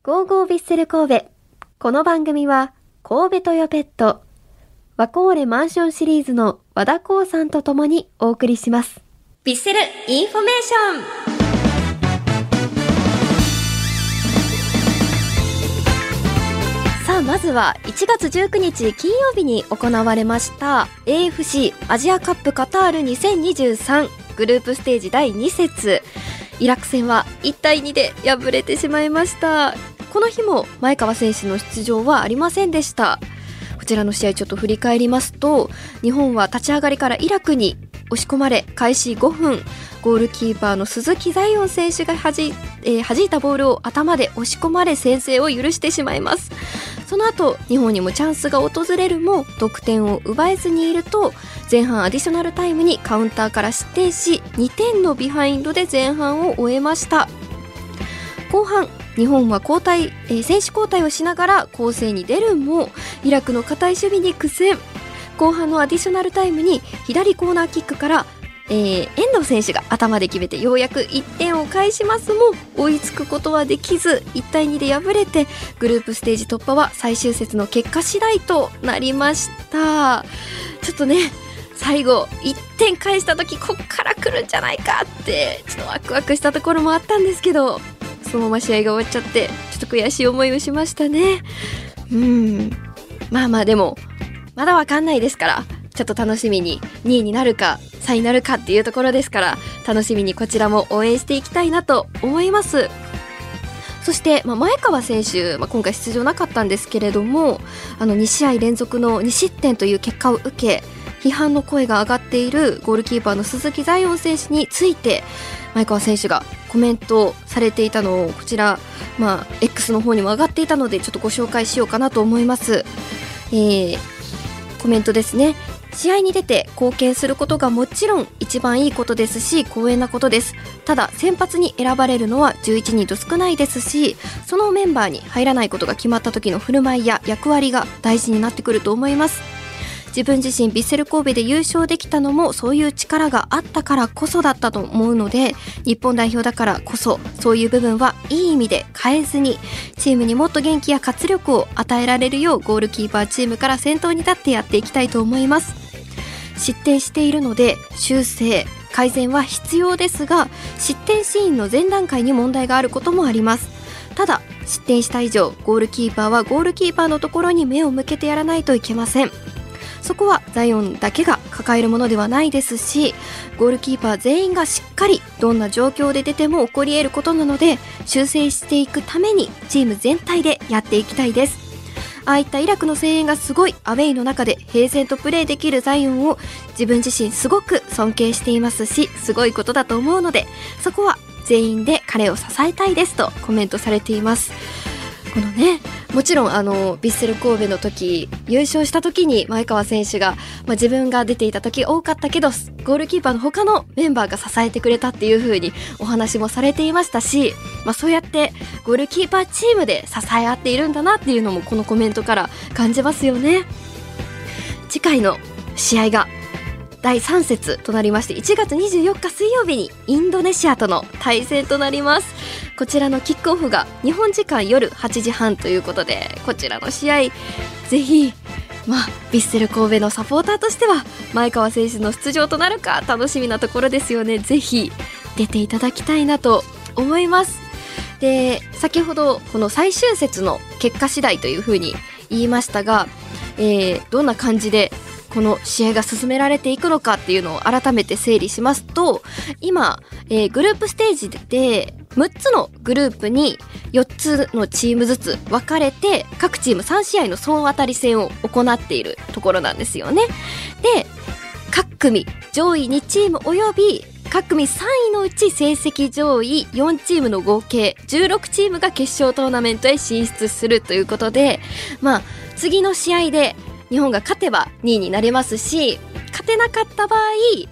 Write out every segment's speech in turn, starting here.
ゴーゴービッセル神戸。この番組は神戸トヨペット、ワコーレマンションシリーズの和田光さんと共にお送りします。ビッセルインフォメーション。さあ、まずは1月19日金曜日に行われました AFC アジアカップカタール2023グループステージ第2節、イラク戦は1対2で敗れてしまいました。この日も前川選手の出場はありませんでした。こちらの試合ちょっと振り返りますと、日本は立ち上がりからイラクに押し込まれ、開始5分、ゴールキーパーの鈴木ザイオン選手が弾いたボールを頭で押し込まれ先制を許してしまいます。その後日本にもチャンスが訪れるも得点を奪えずにいると、前半アディショナルタイムにカウンターから失点し2点のビハインドで前半を終えました。後半日本は選手交代をしながら攻勢に出るもイラクの堅い守備に苦戦。後半のアディショナルタイムに左コーナーキックから遠藤選手が頭で決めてようやく1点を返しますも追いつくことはできず1対2で敗れて、グループステージ突破は最終節の結果次第となりました。ちょっとね、最後1点返した時こっから来るんじゃないかってちょっとワクワクしたところもあったんですけど、そのまま試合が終わっちゃってちょっと悔しい思いをしましたね。まあでもまだわかんないですから、ちょっと楽しみに2位になるか3位になるかっていうところですから、楽しみにこちらも応援していきたいなと思います。そして、前川選手、今回出場なかったんですけれども、2試合連続の2失点という結果を受け、批判の声が上がっているゴールキーパーの鈴木ザイオン選手について前川選手がコメントされていたのを、こちら、X の方にも上がっていたのでちょっとご紹介しようかなと思います。コメントですね。試合に出て貢献することがもちろん一番いいことですし光栄なことです。ただ先発に選ばれるのは11人と少ないですし、そのメンバーに入らないことが決まった時の振る舞いや役割が大事になってくると思います。自分自身ヴィッセル神戸で優勝できたのもそういう力があったからこそだったと思うので、日本代表だからこそそういう部分はいい意味で変えずに、チームにもっと元気や活力を与えられるようゴールキーパーチームから先頭に立ってやっていきたいと思います。失点しているので修正改善は必要ですが、失点シーンの前段階に問題があることもあります。ただ失点した以上、ゴールキーパーはゴールキーパーのところに目を向けてやらないといけません。そこはザイオンだけが抱えるものではないですし、ゴールキーパー全員がしっかりどんな状況で出ても起こり得ることなので、修正していくためにチーム全体でやっていきたいです。ああいったイラクの声援がすごいアウェイの中で平然とプレーできるザイオンを自分自身すごく尊敬していますし、すごいことだと思うので、そこは全員で彼を支えたいですとコメントされています。このね、もちろんヴィッセル神戸の時優勝した時に前川選手が、自分が出ていた時多かったけどゴールキーパーの他のメンバーが支えてくれたっていう風にお話もされていましたし、そうやってゴールキーパーチームで支え合っているんだなっていうのもこのコメントから感じますよね。次回の試合が第3節となりまして、1月24日水曜日にインドネシアとの対戦となります。こちらのキックオフが日本時間夜8時半ということで、こちらの試合ぜひヴィッセル神戸のサポーターとしては前川選手の出場となるか楽しみなところですよね。ぜひ出ていただきたいなと思います。で、先ほどこの最終節の結果次第というふうに言いましたが、どんな感じでこの試合が進められていくのかっていうのを改めて整理しますと、今、グループステージで6つのグループに4つのチームずつ分かれて各チーム3試合の総当たり戦を行っているところなんですよね。で、各組上位2チームおよび各組3位のうち成績上位4チームの合計16チームが決勝トーナメントへ進出するということで、次の試合で日本が勝てば2位になれますし、勝てなかった場合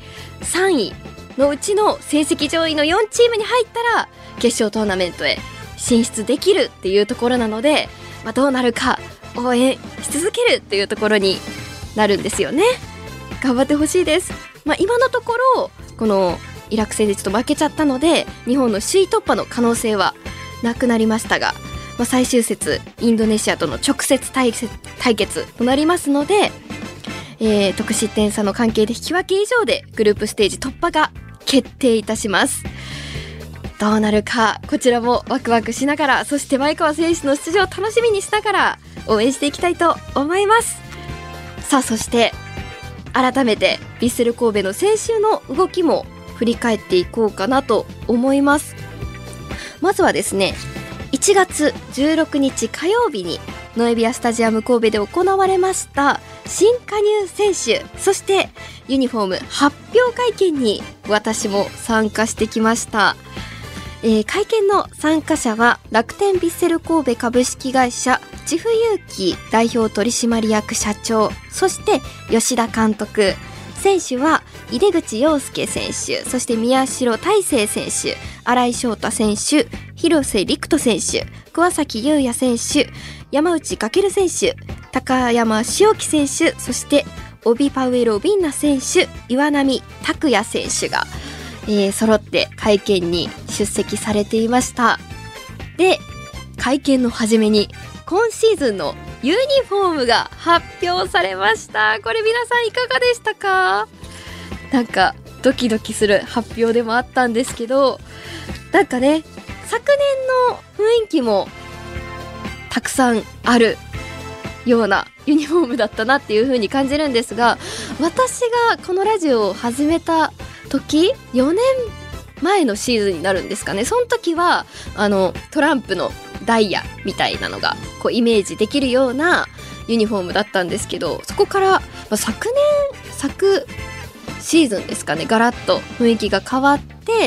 3位のうちの成績上位の4チームに入ったら決勝トーナメントへ進出できるっていうところなので、どうなるか応援し続けるっていうところになるんですよね。頑張ってほしいです。今のところこのイラク戦でちょっと負けちゃったので日本の首位突破の可能性はなくなりましたが、 最終節インドネシアとの直接対決となりますので、得失点差の関係で引き分け以上でグループステージ突破が決定いたします。どうなるか、こちらもワクワクしながら、そして前川選手の出場を楽しみにしながら応援していきたいと思います。さあ、そして改めてヴィッセル神戸の先週の動きも振り返っていこうかなと思います。まずはですね、1月16日火曜日にノエビアスタジアム神戸で行われました新加入選手、そしてユニフォーム発表会見に私も参加してきました。会見の参加者は楽天ヴィッセル神戸株式会社千布勇樹代表取締役社長、そして吉田監督、選手は井出口洋介選手、そして宮代大成選手、新井翔太選手、広瀬陸斗選手、桑崎優也選手、山内翔選手、高山潮樹選手、そしてオビパウエロ・ビンナ選手、岩波拓也選手が、揃って会見に出席されていました。で、会見の初めに今シーズンのユニフォームが発表されました。これ皆さんいかがでしたか？なんかドキドキする発表でもあったんですけど、なんかね、昨年の雰囲気もたくさんあるようなユニフォームだったなっていう風に感じるんですが、私がこのラジオを始めた時、4年前のシーズンになるんですかね。その時はトランプのダイヤみたいなのがこうイメージできるようなユニフォームだったんですけど、そこから、昨シーズンですかね、ガラッと雰囲気が変わって、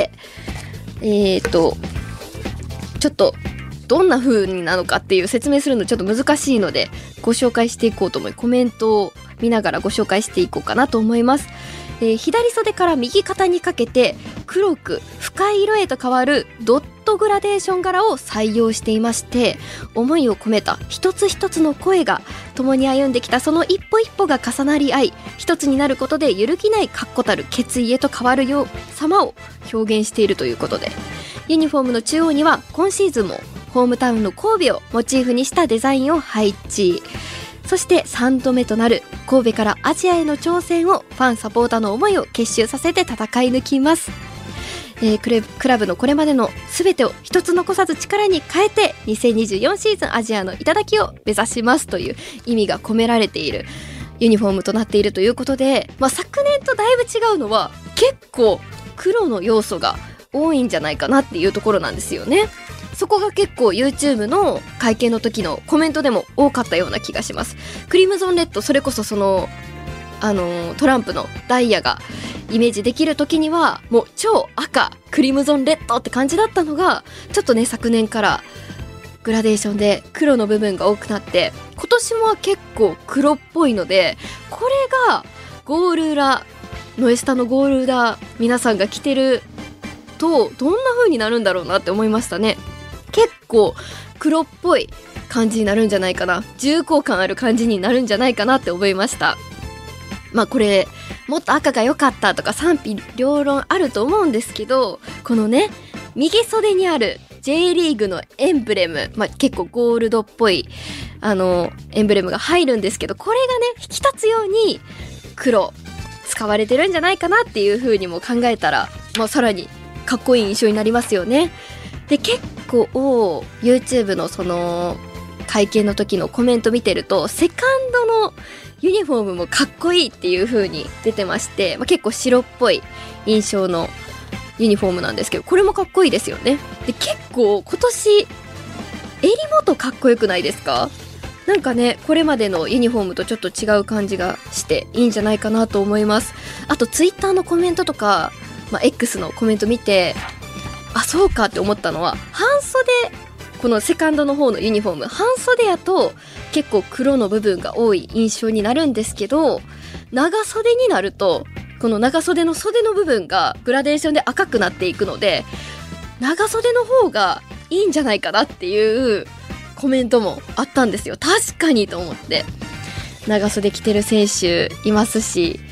ちょっとどんな風になのかっていう説明するのちょっと難しいのでご紹介していこうと思い、コメントを見ながらご紹介していこうかなと思います。左袖から右肩にかけて黒く深い色へと変わるドットグラデーション柄を採用していまして、思いを込めた一つ一つの声が共に歩んできたその一歩一歩が重なり合い、一つになることで揺るぎない確固たる決意へと変わる様を表現しているということで、ユニフォームの中央には今シーズンもホームタウンの神戸をモチーフにしたデザインを配置。そして3度目となる神戸からアジアへの挑戦をファンサポーターの思いを結集させて戦い抜きます。クラブのこれまでの全てを一つ残さず力に変えて2024シーズンアジアの頂を目指しますという意味が込められているユニフォームとなっているということで、昨年とだいぶ違うのは結構黒の要素が多いんじゃないかなっていうところなんですよね。そこが結構 YouTube の会見の時のコメントでも多かったような気がします。クリムゾンレッド、それこそそのトランプのダイヤがイメージできる時にはもう超赤クリムゾンレッドって感じだったのが、ちょっとね昨年からグラデーションで黒の部分が多くなって、今年も結構黒っぽいので、これがゴール裏ノエスタのゴール裏皆さんが着てるとどんな風になるんだろうなって思いましたね。結構黒っぽい感じになるんじゃないかな、重厚感ある感じになるんじゃないかなって思いました。これもっと赤が良かったとか賛否両論あると思うんですけど、このね右袖にある J リーグのエンブレム、結構ゴールドっぽいエンブレムが入るんですけど、これがね引き立つように黒使われてるんじゃないかなっていう風にも考えたら、さらにかっこいい印象になりますよね。で、結構 YouTube のその会見の時のコメント見てると、セカンドのユニフォームもかっこいいっていう風に出てまして、結構白っぽい印象のユニフォームなんですけど、これもかっこいいですよね。で、結構今年襟元かっこよくないですか？なんかね、これまでのユニフォームとちょっと違う感じがしていいんじゃないかなと思います。あと Twitter のコメントとか、X のコメント見て、そうかって思ったのは、半袖、このセカンドの方のユニフォーム半袖やと結構黒の部分が多い印象になるんですけど、長袖になるとこの長袖の袖の部分がグラデーションで赤くなっていくので、長袖の方がいいんじゃないかなっていうコメントもあったんですよ。確かにと思って、長袖着てる選手いますし、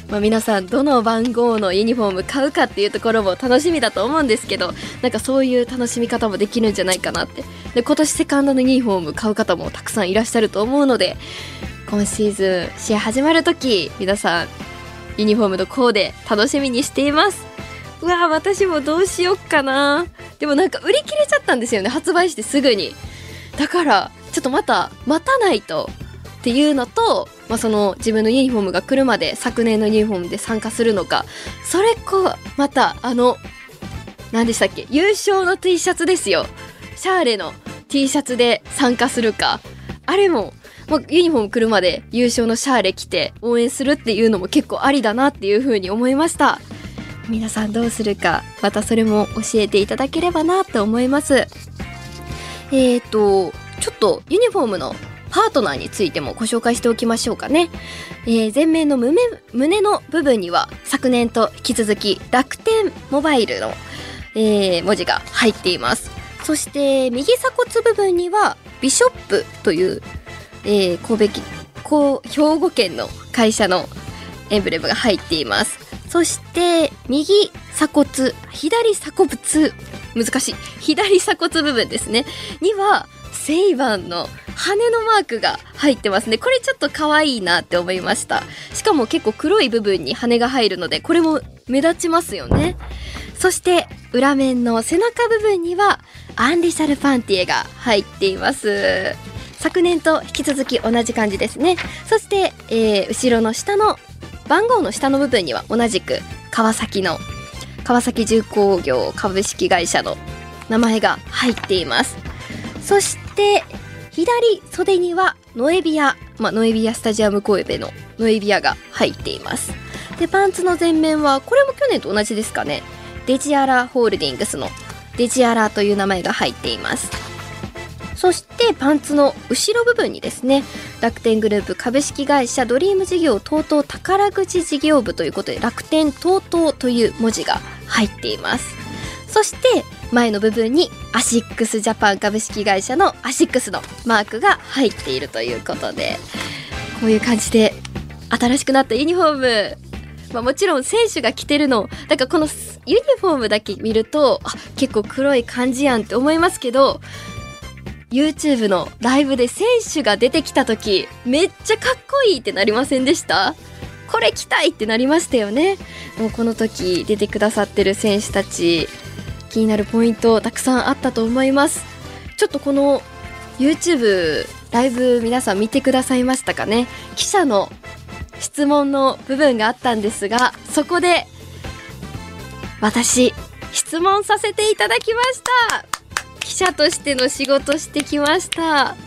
皆さんどの番号のユニフォーム買うかっていうところも楽しみだと思うんですけど、なんかそういう楽しみ方もできるんじゃないかなって。で、今年セカンドのユニフォーム買う方もたくさんいらっしゃると思うので、今シーズン試合始まるとき皆さんユニフォームのコーデ楽しみにしています。うわ、私もどうしよっかな。でもなんか売り切れちゃったんですよね、発売してすぐに。だからちょっとまた待たないとっていうのと、その自分のユニフォームが来るまで昨年のユニフォームで参加するのか、それまた何でしたっけ、優勝の T シャツですよ、シャーレの T シャツで参加するか、あれもユニフォーム来るまで優勝のシャーレ着て応援するっていうのも結構ありだなっていう風に思いました。皆さんどうするか、またそれも教えていただければなと思います。ちょっとユニフォームのパートナーについてもご紹介しておきましょうかね。前面の胸の部分には昨年と引き続き楽天モバイルの、文字が入っています。そして右鎖骨部分にはビショップという、兵庫県の会社のエンブレムが入っています。そして左鎖骨部分ですねにはセイバンの羽のマークが入ってますね。これちょっと可愛いなって思いました。しかも結構黒い部分に羽が入るのでこれも目立ちますよね。そして裏面の背中部分にはアンリシャル・パンティエが入っています。昨年と引き続き同じ感じですね。そして、後ろの下の番号の下の部分には同じく川崎重工業株式会社の名前が入っています。そして左袖にはノエビアスタジアム神戸のノエビアが入っています。で、パンツの前面はこれも去年と同じですかね、デジアラホールディングスのデジアラという名前が入っています。そしてパンツの後ろ部分にですね、楽天グループ株式会社ドリーム事業 TOTO 宝くじ事業部ということで楽天 TOTO という文字が入っています。そして前の部分にアシックスジャパン株式会社のアシックスのマークが入っているということで、こういう感じで新しくなったユニフォーム、もちろん選手が着てるのだからこのユニフォームだけ見ると結構黒い感じやんって思いますけど、YouTube のライブで選手が出てきた時めっちゃかっこいいってなりませんでした？これ着たいってなりましたよね。もうこの時出てくださってる選手たち気になるポイントたくさんあったと思います。ちょっとこの YouTube ライブ皆さん見てくださいましたかね。記者の質問の部分があったんですが、そこで私質問させていただきました。記者としての仕事してきました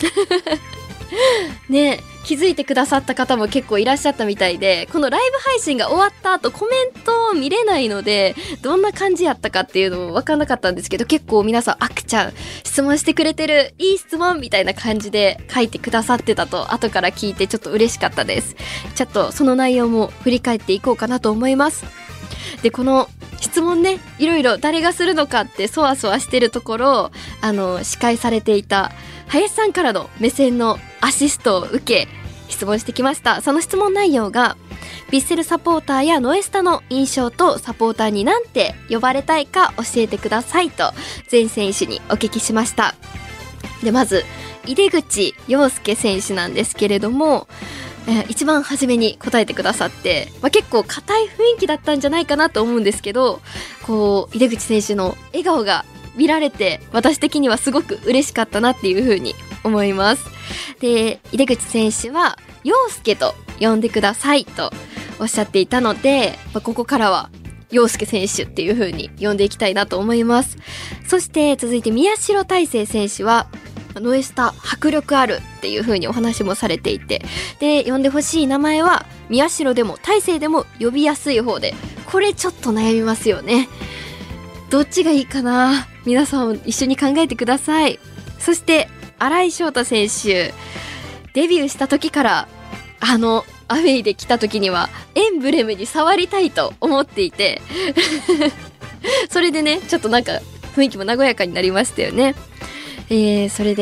ね、気づいてくださった方も結構いらっしゃったみたいで、このライブ配信が終わった後コメントを見れないのでどんな感じやったかっていうのも分かんなかったんですけど、結構皆さんあくちゃん質問してくれてる、いい質問みたいな感じで書いてくださってたと後から聞いてちょっと嬉しかったです。ちょっとその内容も振り返っていこうかなと思います。で、この質問ね、いろいろ誰がするのかってそわそわしてるところ、司会されていた林さんからの目線のアシストを受け質問してきました。その質問内容がヴィッセルサポーターやノエスタの印象とサポーターになんて呼ばれたいか教えてくださいと全選手にお聞きしました。で、まず井出口洋介選手なんですけれども、一番初めに答えてくださって、結構硬い雰囲気だったんじゃないかなと思うんですけど、こう井出口選手の笑顔が見られて私的にはすごく嬉しかったなっていう風に思います。で、井出口選手は洋介と呼んでくださいとおっしゃっていたので、ここからは洋介選手っていう風に呼んでいきたいなと思います。そして続いて宮代大成選手はノエスタ迫力あるっていう風にお話もされていて、で、呼んでほしい名前は宮代でも大成でも呼びやすい方で、これちょっと悩みますよね。どっちがいいかな、皆さん一緒に考えてください。そして新井翔太選手、デビューした時からアウェイで来た時にはエンブレムに触りたいと思っていてそれでね、ちょっとなんか雰囲気も和やかになりましたよね。それで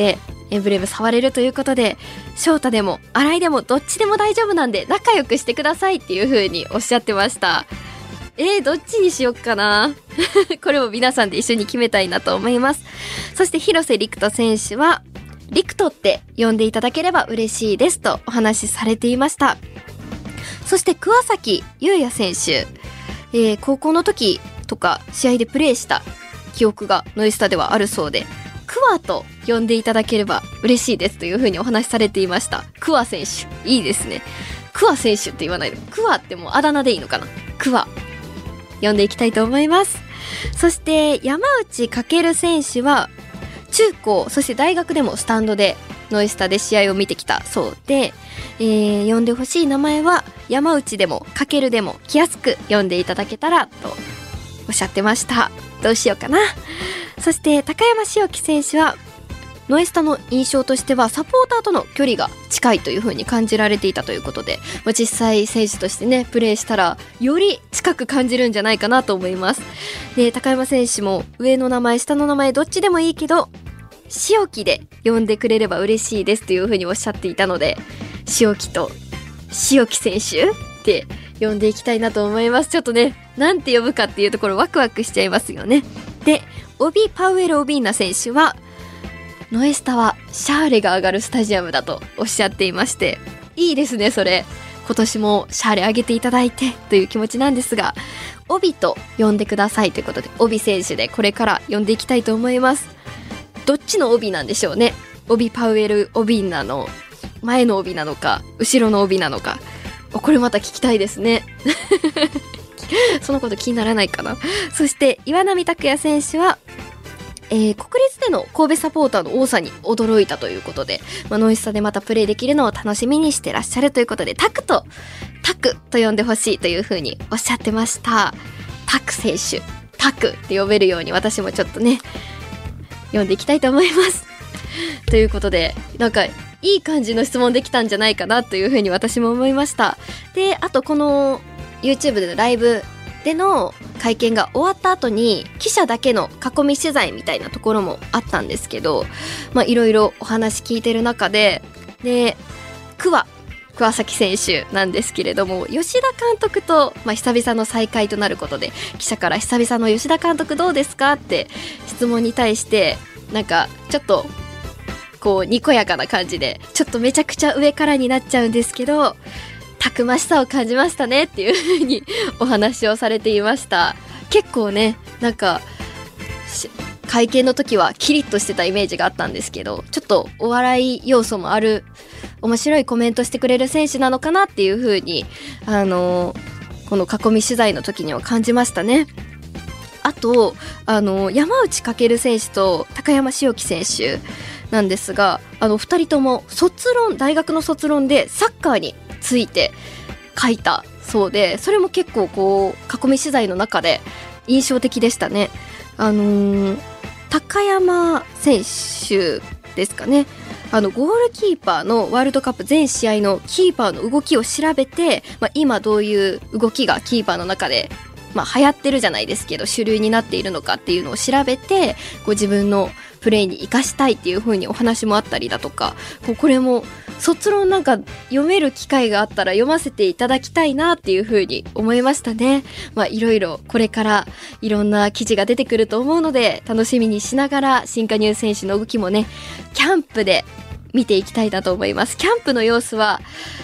エンブレム触れるということで、翔太でも新井でもどっちでも大丈夫なんで仲良くしてくださいっていう風におっしゃってました。どっちにしよっかなこれも皆さんで一緒に決めたいなと思います。そして広瀬陸斗選手は陸斗って呼んでいただければ嬉しいですとお話しされていました。そして桑崎優也選手、高校の時とか試合でプレーした記憶がノイスタではあるそうで、クワと呼んでいただければ嬉しいですというふうにお話しされていました。クワ選手いいですね。クワ選手って言わないで、クワってもうあだ名でいいのかな。クワ呼んでいきたいと思います。そして山内翔選手は中高そして大学でもスタンドでノイスタで試合を見てきたそうで、呼んでほしい名前は山内でも翔でも気安く呼んでいただけたらとおっしゃってました。どうしようかな。そして高山塩樹選手はノイスタの印象としてはサポーターとの距離が近いという風に感じられていたということで、実際選手としてねプレーしたらより近く感じるんじゃないかなと思います。で高山選手も上の名前下の名前どっちでもいいけど塩木で呼んでくれれば嬉しいですという風におっしゃっていたので、塩木と塩木選手って呼んでいきたいなと思います。ちょっとねなんて呼ぶかっていうところワクワクしちゃいますよね。でオビ・パウエル・オビーナ選手はノエスタはシャーレが上がるスタジアムだとおっしゃっていまして、いいですねそれ。今年もシャーレ上げていただいてという気持ちなんですが、オビと呼んでくださいということでオビ選手でこれから呼んでいきたいと思います。どっちのオビなんでしょうね。オビ・パウエル・オビーナの前の帯なのか後ろの帯なのか、これまた聞きたいですねそのこと気にならないかな。そして岩波拓也選手は、国立での神戸サポーターの多さに驚いたということで、ノイスタでまたプレーできるのを楽しみにしてらっしゃるということで、タクと呼んでほしいというふうにおっしゃってました。タク選手タクって呼べるように私もちょっとね呼んでいきたいと思いますということで、なんかいい感じの質問できたんじゃないかなというふうに私も思いました。であとこの YouTube でのライブでの会見が終わった後に記者だけの囲み取材みたいなところもあったんですけど、いろいろお話聞いてる中で、桑崎選手なんですけれども、吉田監督と、久々の再会となることで記者から久々の吉田監督どうですかって質問に対して、なんかちょっとこうにこやかな感じで、ちょっとめちゃくちゃ上からになっちゃうんですけどたくましさを感じましたねっていう風にお話をされていました。結構ねなんか会見の時はキリッとしてたイメージがあったんですけど、ちょっとお笑い要素もある面白いコメントしてくれる選手なのかなっていう風にこの囲み取材の時には感じましたね。あと山内翔選手と高山塩樹選手なんですが、2人とも大学の卒論でサッカーについて書いたそうで、それも結構こう囲み取材の中で印象的でしたね。高山選手ですかね、ゴールキーパーのワールドカップ全試合のキーパーの動きを調べて、今どういう動きがキーパーの中で流行ってるじゃないですけど主流になっているのかっていうのを調べて自分のプレーに生かしたいっていう風にお話もあったりだとか、これも卒論なんか読める機会があったら読ませていただきたいなっていう風に思いましたね。いろいろこれからいろんな記事が出てくると思うので楽しみにしながら新加入選手の動きもねキャンプで見ていきたいなと思います。キャンプの様子は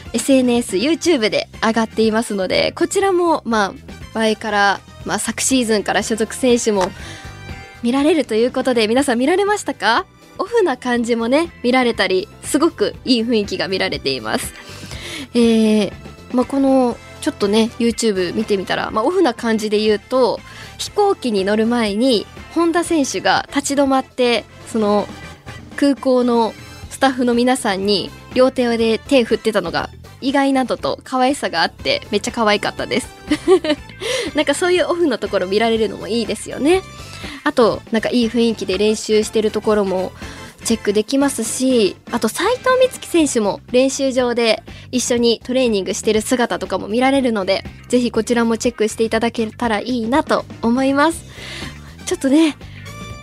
SNS、YouTube で上がっていますので、こちらも前から、昨シーズンから所属選手も見られるということで、皆さん見られましたか？オフな感じもね見られたり、すごくいい雰囲気が見られています。このちょっとね YouTube 見てみたら、オフな感じで言うと飛行機に乗る前に本田選手が立ち止まってその空港のスタッフの皆さんに両手で手振ってたのが意外などと可愛さがあってめっちゃ可愛かったですなんかそういうオフのところ見られるのもいいですよね。あとなんかいい雰囲気で練習してるところもチェックできますし、あと斉藤美月選手も練習場で一緒にトレーニングしてる姿とかも見られるので、ぜひこちらもチェックしていただけたらいいなと思います。ちょっとね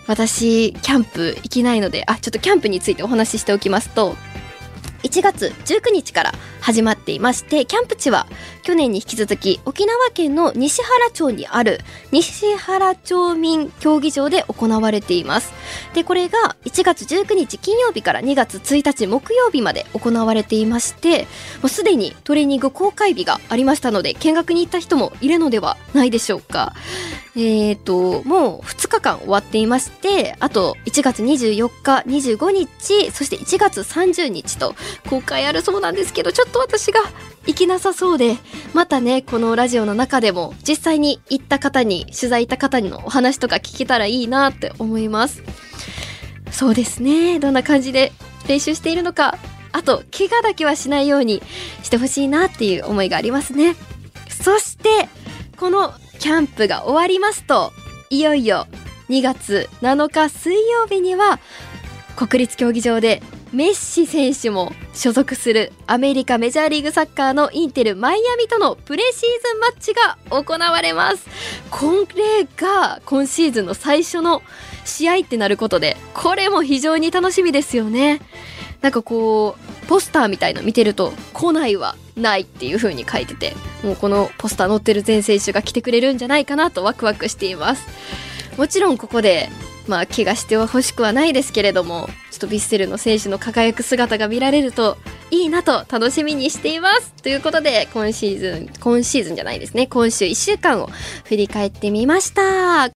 私キャンプ行けないので、ちょっとキャンプについてお話ししておきますと、1月19日から始まっていまして、キャンプ地は去年に引き続き沖縄県の西原町にある西原町民競技場で行われています。で、これが1月19日金曜日から2月1日木曜日まで行われていまして、もうすでにトレーニング公開日がありましたので、見学に行った人もいるのではないでしょうか。もう2日間終わっていまして、あと1月24日、25日、そして1月30日と公開あるそうなんですけど、ちょっと私が行きなさそうで、またね、このラジオの中でも実際に行った方に、取材行った方のお話とか聞けたらいいなって思います。そうですね、どんな感じで練習しているのか、あと怪我だけはしないようにしてほしいなっていう思いがありますね。そしてこのキャンプが終わりますと、いよいよ2月7日水曜日には国立競技場でメッシ選手も所属するアメリカメジャーリーグサッカーのインテルマイアミとのプレシーズンマッチが行われます。これが今シーズンの最初の試合ってなることで、これも非常に楽しみですよね。なんかこうポスターみたいの見てると、来ないはないっていう風に書いてて、もうこのポスター載ってる全選手が来てくれるんじゃないかなとワクワクしています。もちろんここで怪我しては欲しくはないですけれども、ちょっとヴィッセルの選手の輝く姿が見られるといいなと楽しみにしています。ということで今シーズンじゃないですね、今週1週間を振り返ってみました。